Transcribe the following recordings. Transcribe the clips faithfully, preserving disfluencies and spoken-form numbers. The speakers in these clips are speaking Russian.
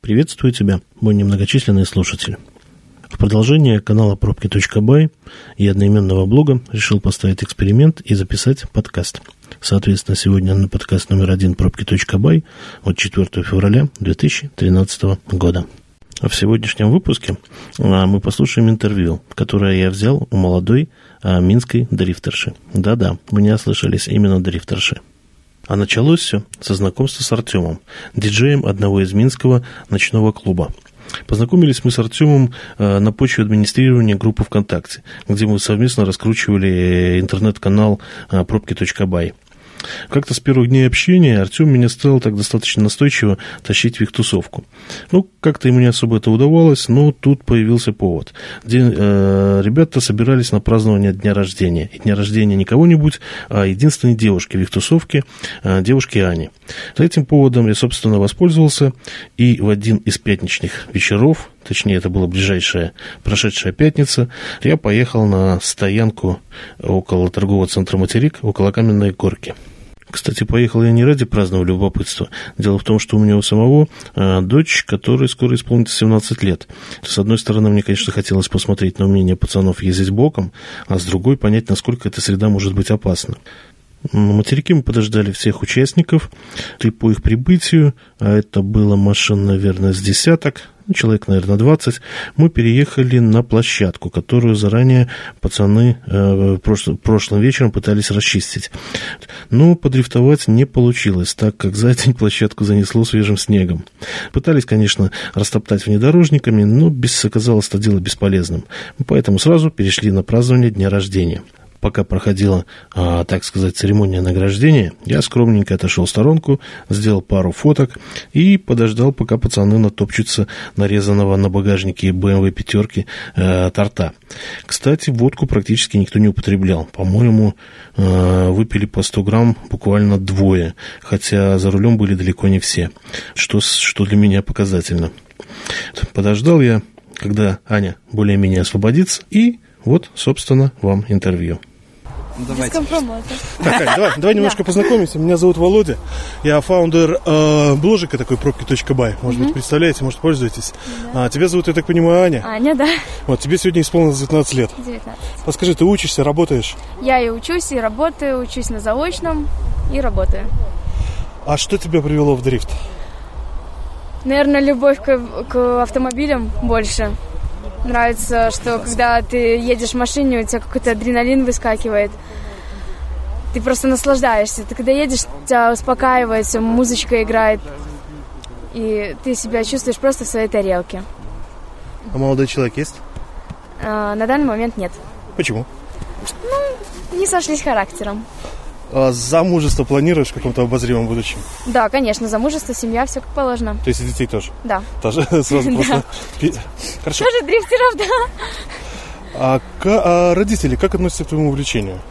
Приветствую тебя, мой немногочисленный слушатель. В продолжение канала пробки точка бай и одноименного блога решил поставить эксперимент и записать подкаст. Соответственно, сегодня на подкаст номер один пробки точка бай от четвёртого февраля две тысячи тринадцатого года. В сегодняшнем выпуске мы послушаем интервью, которое я взял у молодой минской дрифтерши. Да-да, вы не ослышались, именно дрифтерши. А началось все со знакомства с Артемом, диджеем одного из минского ночного клуба. Познакомились мы с Артемом на почве администрирования группы ВКонтакте, где мы совместно раскручивали интернет-канал пробки точка бай. Как-то с первых дней общения Артем меня стал так достаточно настойчиво тащить в их тусовку. Ну, как-то ему не особо это удавалось, но тут появился повод. День, э, ребята собирались на празднование дня рождения. И дня рождения не кого-нибудь, а единственной девушки в их тусовке, э, девушки Ани. Этим поводом я, собственно, воспользовался, и в один из пятничных вечеров, точнее, это была ближайшая прошедшая пятница, я поехал на стоянку около торгового центра «Материк», около Каменной горки. Кстати, поехал я не ради праздного любопытства. Дело в том, что у меня у самого э, дочь, которой скоро исполнится семнадцать лет. С одной стороны, мне, конечно, хотелось посмотреть на умение пацанов ездить боком, а с другой понять, насколько эта среда может быть опасна. На материке мы подождали всех участников, и по их прибытию, а это было машин, наверное, с десяток, человек, наверное, двадцать, мы переехали на площадку, которую заранее пацаны э, прошлым, прошлым вечером пытались расчистить. Но подрифтовать не получилось, так как за день площадку занесло свежим снегом. Пытались, конечно, растоптать внедорожниками, но без, оказалось это дело бесполезным. Поэтому сразу перешли на празднование дня рождения. Пока проходила, а, так сказать, церемония награждения, я скромненько отошел в сторонку, сделал пару фоток и подождал, пока пацаны натопчутся нарезанного на багажнике бэ эм вэ пятерки э, торта. Кстати, водку практически никто не употреблял. По-моему, э, выпили по сто грамм буквально двое, хотя за рулем были далеко не все, что, что для меня показательно. Подождал я, когда Аня более-менее освободится, и вот, собственно, вам интервью. Без компромата. Так, Ань, давай, давай немножко познакомимся. Меня зовут Володя. Я фаундер э, бложика такой пробки точка бай. Может быть, представляете, может, пользуетесь. Да. А, тебя зовут, я так понимаю, Аня? Аня, да. Вот, тебе сегодня исполнилось девятнадцать лет. девятнадцать. Подскажи, ты учишься, работаешь? Я и учусь, и работаю, учусь на заочном, и работаю. А что тебя привело в дрифт? Наверное, любовь к, к автомобилям больше. Нравится, что когда ты едешь в машине, у тебя какой-то адреналин выскакивает. Ты просто наслаждаешься. Ты когда едешь, тебя успокаивает, все, музычка играет. И ты себя чувствуешь просто в своей тарелке. А молодой человек есть? А, на данный момент нет. Почему? Ну, не сошлись характером. А замужество планируешь в каком-то обозримом будущем? Да, конечно, замужество, семья, все как положено. То есть и детей тоже? Да. Тоже сразу просто... Хорошо. Тоже дрифтеров, да. А, а родители как относятся к твоему увлечению?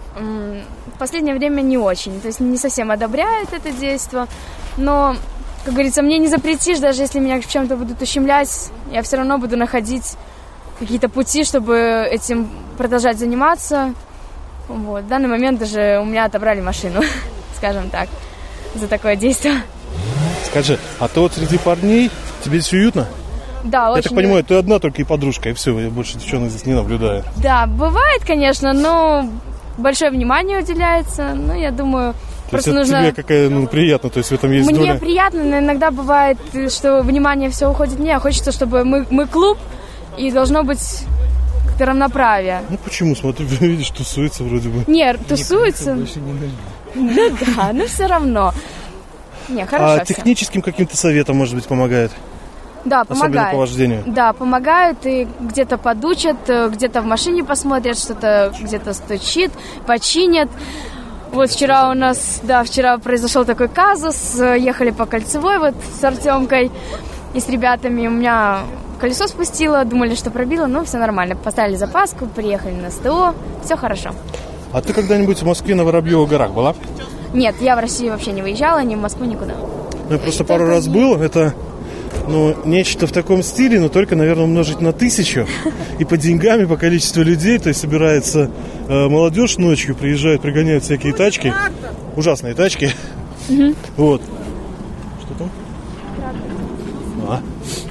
В последнее время не очень. То есть не совсем одобряют это действо. Но, как говорится, мне не запретишь, даже если меня в чем-то будут ущемлять, я все равно буду находить какие-то пути, чтобы этим продолжать заниматься. Вот. В данный момент даже у меня отобрали машину, скажем так, за такое действие. Скажи, а ты вот среди парней, тебе здесь уютно? Да, я очень. Я так понимаю, ты одна только и подружка, и все, я больше девчонок здесь не наблюдаю. Да, бывает, конечно, но большое внимание уделяется, но я думаю, то просто есть нужно... тебе какая, ну, приятно, то есть в этом есть Мне доля? Мне приятно, но иногда бывает, что внимание все уходит мне, а хочется, чтобы мы, мы клуб, и должно быть... равноправие. Ну почему? Смотри, видишь, тусуется вроде бы. Нет, тусуется. Ну да, но все равно. Не, хорошо. А техническим каким-то советом, может быть, помогает? Да, помогает. Особенно по вождению. Да, помогают и где-то подучат, где-то в машине посмотрят, что-то где-то стучит, починят. Вот вчера у нас, да, вчера произошел такой казус. Ехали по Кольцевой вот с Артемкой и с ребятами. У меня колесо спустило, думали, что пробило, но все нормально. Поставили запаску, приехали на СТО, все хорошо. А ты когда-нибудь в Москве на Воробьевых горах была? Нет, я в Россию вообще не выезжала, ни в Москву, никуда. Ну, я просто пару раз был, это, ну, нечто в таком стиле, но только, наверное, умножить на тысячу. И по деньгам, и по количеству людей, то есть собирается э, молодежь ночью, приезжают, пригоняют всякие тачки, ужасные тачки. Вот. Что там? Ага.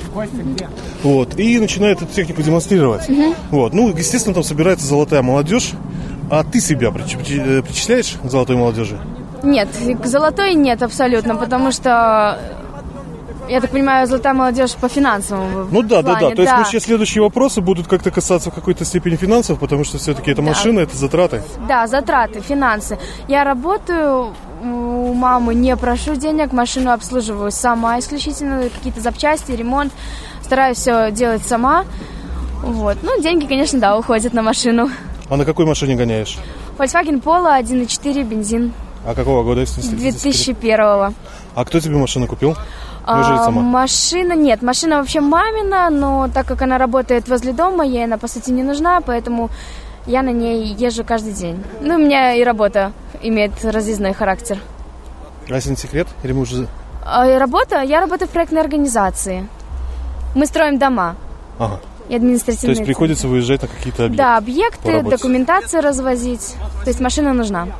Вот, и начинает эту технику демонстрировать. Угу. Вот, ну, естественно, там собирается золотая молодежь. А ты себя причисляешь к золотой молодежи? Нет, к золотой нет абсолютно, потому что, я так понимаю, золотая молодежь по финансовому Ну да, плане, да, да. То да. есть сейчас следующие вопросы будут как-то касаться в какой-то степени финансов, потому что все-таки это машина, да. Это затраты. Да, затраты, финансы. Я работаю, у мамы не прошу денег, машину обслуживаю сама исключительно, какие-то запчасти, ремонт. Стараюсь все делать сама. Вот. Ну, деньги, конечно, да, уходят на машину. А на какой машине гоняешь? Volkswagen Polo один и четыре, бензин. А какого года? две тысячи первого. А кто тебе машину купил? А, сама? Машина, нет, машина вообще мамина, но так как она работает возле дома, ей она, по сути, не нужна, поэтому я на ней езжу каждый день. Ну, у меня и работа имеет разъездной характер. А если не секрет? Или мы уже... А, работа? Я работаю в проектной организации. Мы строим дома. Ага. И административные. То есть приходится центры. Выезжать на какие-то объекты? Да, объекты, документацию развозить. То есть машина нужна.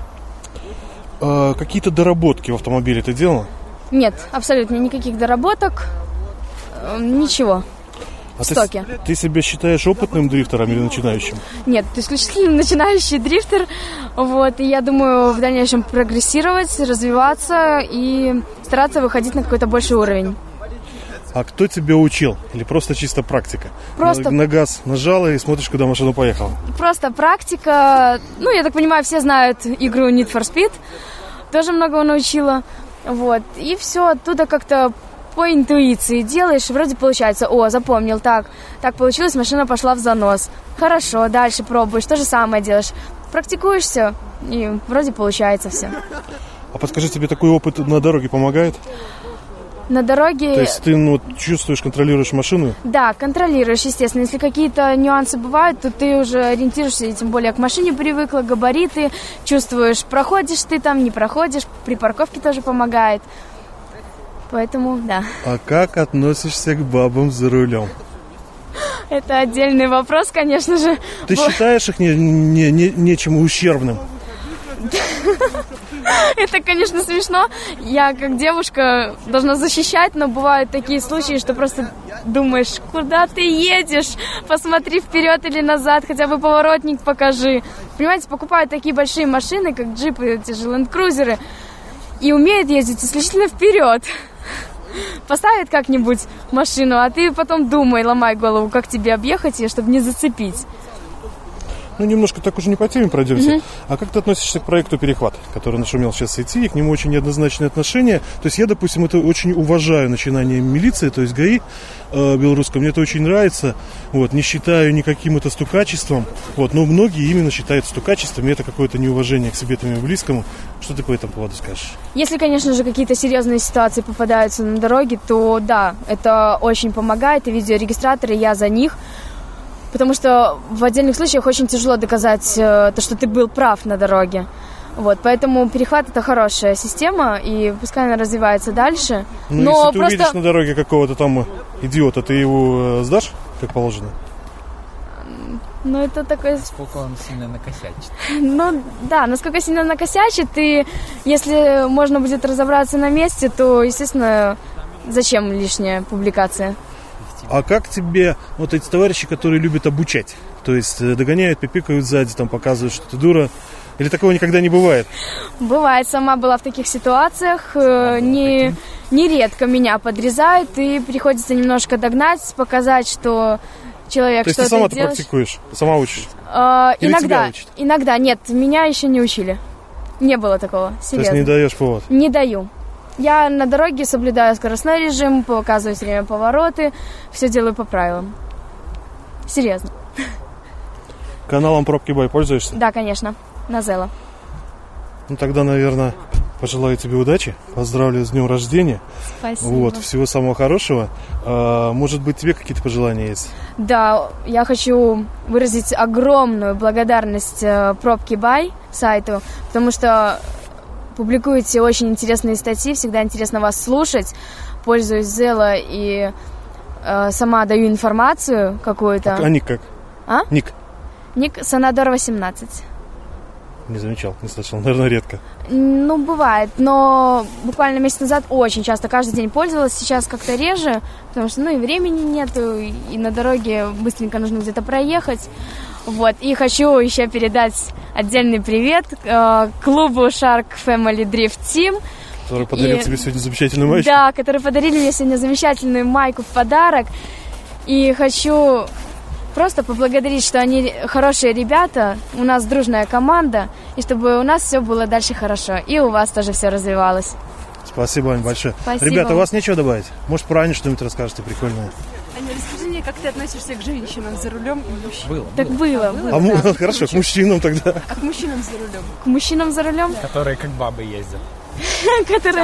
А, какие-то доработки в автомобиле ты делала? Нет, абсолютно никаких доработок. Ничего. А в стоке. Ты, ты себя считаешь опытным дрифтером или начинающим? Нет, ты исключительно начинающий дрифтер. Вот, и я думаю в дальнейшем прогрессировать, развиваться и стараться выходить на какой-то больший уровень. А кто тебя учил? Или просто чисто практика? Просто... На, на газ нажала и смотришь, куда машина поехала? Просто практика. Ну, я так понимаю, все знают игру Need for Speed. Тоже многого научила. Вот. И все оттуда как-то по интуиции делаешь, вроде получается. О, запомнил, так, так получилось, машина пошла в занос. Хорошо, дальше пробуешь, то же самое делаешь. Практикуешься, и вроде получается все. А подскажи, тебе такой опыт на дороге помогает? На дороге... То есть ты ну, чувствуешь, контролируешь машину? Да, контролируешь, естественно. Если какие-то нюансы бывают, то ты уже ориентируешься, и тем более к машине привыкла, габариты, чувствуешь, проходишь ты там, не проходишь, при парковке тоже помогает. Поэтому, да. А как относишься к бабам за рулем? Это отдельный вопрос, конечно же. Ты считаешь их не, не, не, нечем ущербным? Это, конечно, смешно. Я, как девушка, должна защищать, но бывают такие случаи, что просто думаешь, куда ты едешь? Посмотри вперед или назад, хотя бы поворотник покажи. Понимаете, покупают такие большие машины, как джипы, те же ленд-крузеры, и умеют ездить исключительно вперед. Поставят как-нибудь машину, а ты потом думай, ломай голову, как тебе объехать ее, чтобы не зацепить. Ну, немножко так уже не по теме пройдемся. Mm-hmm. А как ты относишься к проекту «Перехват», который нашумел сейчас в сети, и к нему очень неоднозначные отношения? То есть я, допустим, это очень уважаю начинание милиции, то есть ГАИ э, белорусского. Мне это очень нравится. Вот, не считаю никаким это стукачеством. Вот, но многие именно считают стукачеством, и это какое-то неуважение к себе и близкому. Что ты по этому поводу скажешь? Если, конечно же, какие-то серьезные ситуации попадаются на дороге, то да, это очень помогает. И видеорегистраторы, я за них. Потому что в отдельных случаях очень тяжело доказать э, то, что ты был прав на дороге. Вот, поэтому перехват — это хорошая система, и пускай она развивается дальше. Ну, но если ты просто... увидишь на дороге какого-то там идиота, ты его э, сдашь, как положено? Ну, это такой... Сколько он сильно накосячит. Ну, да, насколько сильно накосячит, и если можно будет разобраться на месте, то, естественно, зачем лишняя публикация? А как тебе вот эти товарищи, которые любят обучать? То есть догоняют, пипикают сзади, там показывают, что ты дура. Или такого никогда не бывает? Бывает, сама была в таких ситуациях. Не, нередко меня подрезают, и приходится немножко догнать, показать, что человек что-то делает. То есть ты сама-то практикуешь? Ты сама учишь? А, иногда, иногда. Нет, меня еще не учили. Не было такого, серьезно. То есть не даешь повод? Не даю. Я на дороге соблюдаю скоростной режим, показываю все время повороты, все делаю по правилам. Серьезно. Каналом Пробки Бай пользуешься? Да, конечно, на Зело. Ну тогда, наверное, пожелаю тебе удачи, поздравлю с днем рождения. Спасибо. Вот, всего самого хорошего. А, может быть, тебе какие-то пожелания есть? Да, я хочу выразить огромную благодарность Пробки Бай сайту, потому что публикуете очень интересные статьи, всегда интересно вас слушать. Пользуюсь Зело и э, сама даю информацию какую-то. А, а ник как? А? Ник? Ник Санадор восемнадцать. Не замечал, не слышал, наверное, редко. Ну, бывает, но буквально месяц назад очень часто, каждый день пользовалась, сейчас как-то реже, потому что, ну, и времени нету, и на дороге быстренько нужно где-то проехать. Вот, и хочу еще передать отдельный привет э, клубу Shark Family Drift Team. Который подарил и, тебе сегодня замечательную майку. Да, которые подарили мне сегодня замечательную майку в подарок. И хочу просто поблагодарить, что они хорошие ребята, у нас дружная команда, и чтобы у нас все было дальше хорошо, и у вас тоже все развивалось. Спасибо, Ань, большое. Спасибо. Ребята, у вас нечего добавить? Может, про Аню что-нибудь расскажете прикольное? Аня, расскажи мне, как ты относишься к женщинам за рулем и мужчинам? Было. Так было. было а да. ну, хорошо, к мужчинам тогда. А к мужчинам за рулем? К мужчинам за рулем? Которые как бабы ездят. Которые...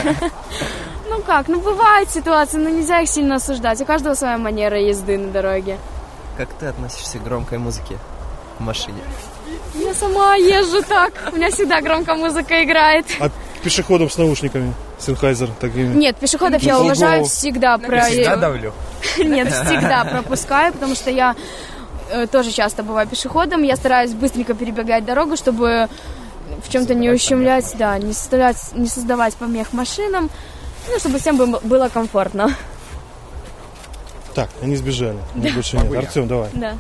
Ну как, ну бывают ситуации, но нельзя их сильно осуждать. У каждого своя манера езды на дороге. Как ты относишься к громкой музыке в машине? Я сама езжу так. У меня всегда громкая музыка играет. А пешеходам с наушниками? Sennheiser такими? Нет, пешеходов я уважаю всегда. Про... Всегда давлю. Нет, всегда пропускаю, потому что я э, тоже часто бываю пешеходом. Я стараюсь быстренько перебегать дорогу, чтобы в чем-то не ущемлять, да, не создавать, не создавать помех машинам, ну, чтобы всем было комфортно. Так, они сбежали. Да. Больше нет. Артем, давай. Да.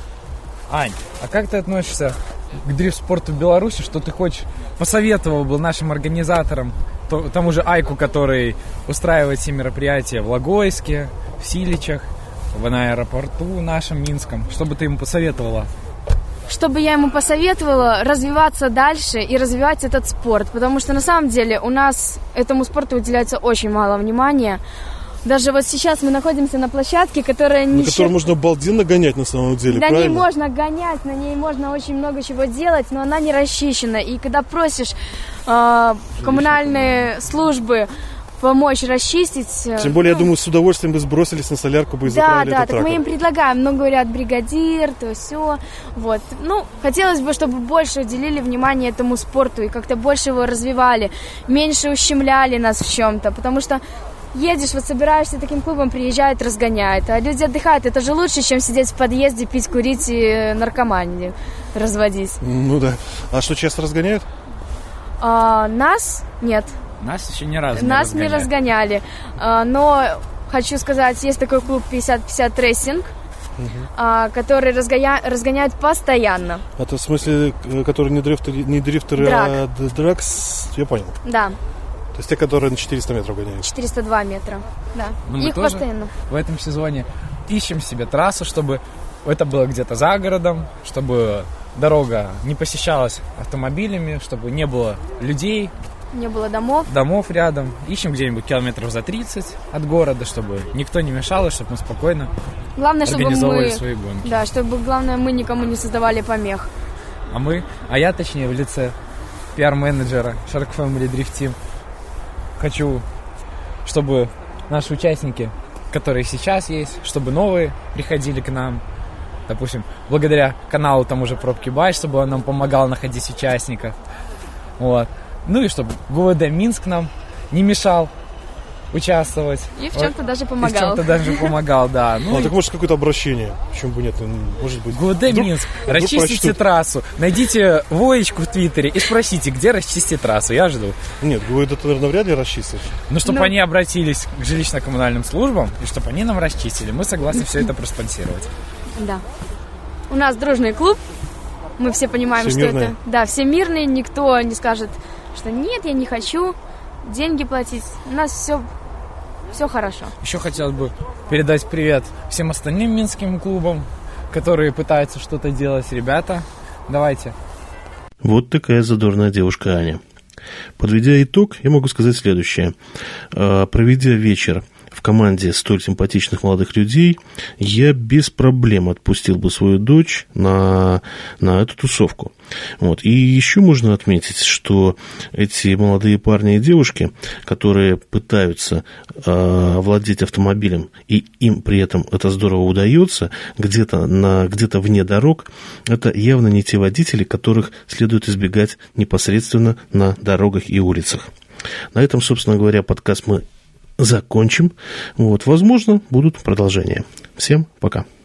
Ань, а как ты относишься к дрифт-спорту в Беларуси? Что ты хочешь? Посоветовал бы нашим организаторам, то, тому же Айку, который устраивает все мероприятия в Логойске, в Силичах, в на аэропорту нашем Минском. Что бы ты ему посоветовала? Чтобы я ему посоветовала развиваться дальше и развивать этот спорт, потому что на самом деле у нас этому спорту уделяется очень мало внимания. Даже вот сейчас мы находимся на площадке, которая не... На которой щ... можно обалденно гонять на самом деле, на правильно? ней можно гонять, на ней можно очень много чего делать, но она не расчищена. И когда просишь э, коммунальные службы помочь расчистить... Тем более, ну, я думаю, с удовольствием бы сбросились на солярку бы и да, заправили да, этот так трактор. мы им предлагаем, но говорят, бригадир, то все. Вот. Ну, хотелось бы, чтобы больше уделили внимание этому спорту и как-то больше его развивали, меньше ущемляли нас в чем-то, потому что едешь, вот собираешься таким клубом, приезжают, разгоняют, а люди отдыхают. Это же лучше, чем сидеть в подъезде, пить, курить и наркоманию разводить. Ну да. А что, часто разгоняют? А, нас нет. Нас еще ни разу Нас не разгоняли. не разгоняли. А, но хочу сказать, есть такой клуб пятьдесят пятьдесят Racing, угу. а, который разгоня... разгоняет постоянно. Это в смысле, которые не дрифтеры, не дрифтеры Драг. а драгс? Я понял. Да. То есть те, которые на четыреста метров гоняют? четыреста два метра, да. Ну, их постоянно. В этом сезоне ищем себе трассу, чтобы это было где-то за городом, чтобы дорога не посещалась автомобилями, чтобы не было людей. Не было домов. Домов рядом. Ищем где-нибудь километров за тридцать от города, чтобы никто не мешал, и чтобы мы спокойно главное, чтобы организовывали мы, свои гонки. Да, чтобы, главное, мы никому не создавали помех. А мы, а я, точнее, в лице пиар-менеджера Shark Family Drift Team хочу, чтобы наши участники, которые сейчас есть, чтобы новые приходили к нам. Допустим, благодаря каналу тому же Пробки Бай, чтобы он нам помогал находить участников. Вот. Ну и чтобы ГУВД Минск нам не мешал участвовать. И в чем-то вот. даже помогал. И в чем-то даже помогал, да. Ну, а, и... так может какое-то обращение? Почему бы нет? Может быть. ГУВД вдруг, Минск, вдруг расчистите прочтут. Трассу. Найдите Воечку в Твиттере и спросите, где расчистить трассу. Я жду. Нет, ГУВД это, наверное, вряд ли расчистит. Ну, чтобы ну... они обратились к жилищно-коммунальным службам и чтобы они нам расчистили. Мы согласны все это проспонсировать. Да. У нас дружный клуб. Мы все понимаем, все что мирные. это... Да, все мирные. Никто не скажет, что нет, я не хочу деньги платить. У нас все... Все хорошо. Еще хотелось бы передать привет всем остальным минским клубам, которые пытаются что-то делать. Ребята, давайте. Вот такая задорная девушка Аня. Подведя итог, я могу сказать следующее. Проведя вечер в команде столь симпатичных молодых людей, я без проблем отпустил бы свою дочь на, на эту тусовку. Вот. И еще можно отметить, что эти молодые парни и девушки, которые пытаются э, владеть автомобилем, и им при этом это здорово удается, где-то, на, где-то вне дорог, это явно не те водители, которых следует избегать непосредственно на дорогах и улицах. На этом, собственно говоря, подкаст мы закончим. Вот, возможно, будут продолжения. Всем пока.